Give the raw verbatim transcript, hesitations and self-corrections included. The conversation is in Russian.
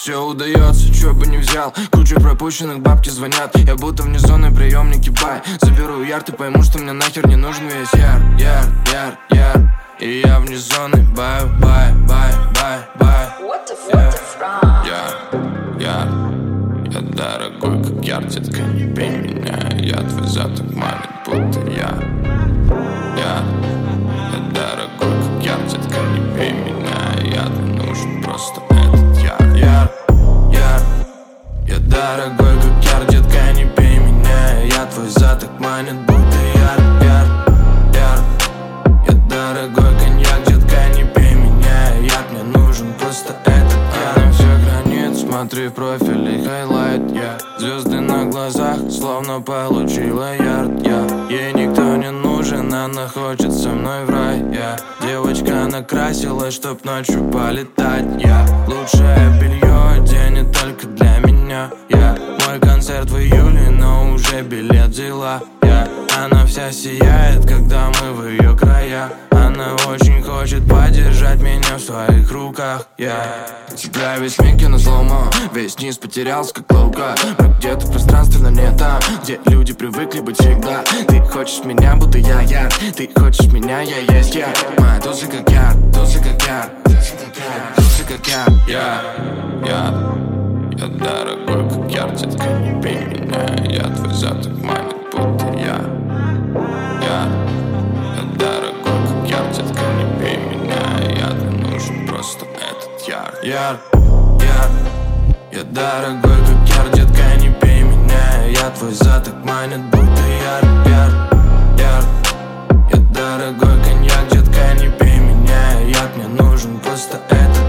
Все удается, чё бы не взял. Куча пропущенных, бабки звонят. Я будто вне зоны, приемники бай. Заберу ярд и пойму, что мне нахер не нужен весь яр, яр, яр, яр. И я вне зоны, бай, бай, бай, бай, бай. Яр, яр. Я дорогой, как яр, детка, не бей меня. Я твой заток манит, будто я. Яр, я дорогой, как яр, детка, не бей меня. Я не нужен, просто этот яр, яр, яр. Я дорогой, как яр, детка, не бей меня. Я твой заток манит, будто яр, яр, яр. Я дорогой коньяк, детка, не бей меня. Я мне нужен, просто этот яр. На всех границ, смотри профиль и хайлайт, я yeah. Звезды на глазах, словно получила ярд, я yeah. Ей никто не нужен, она хочет со мной в рай, я yeah. Девочка накрасилась, чтоб ночью полетать, я yeah. Лучшее белье оденет только для меня, я yeah. Мой концерт в июле, но уже билет взяла, я yeah. Она вся сияет, когда мы в ее края. Она очень хочет подержать меня в своих руках, я yeah. Тебя весь миг я на слома, весь низ потерялся, как лаука. Мы где-то в пространстве, но не там, где люди привыкли быть всегда. Ты хочешь меня, будто я яр. Ты хочешь меня, я есть я. Моя туса как яр, туса как яр, туса как яр, я, я. Я дорогой, как яр, детка, не бей меня. Я твой заток манит, будто я. Я, я дорогой, как яр, детка, не бей меня. Я не нужен, просто этот яр, яр, яр. Я дорогой, как яр, детка, не бей меня. Я твой заток манит, будто яр, яр, яр. Я дорогой коньяк, детка, не бей меня. Я мне нужен, просто этот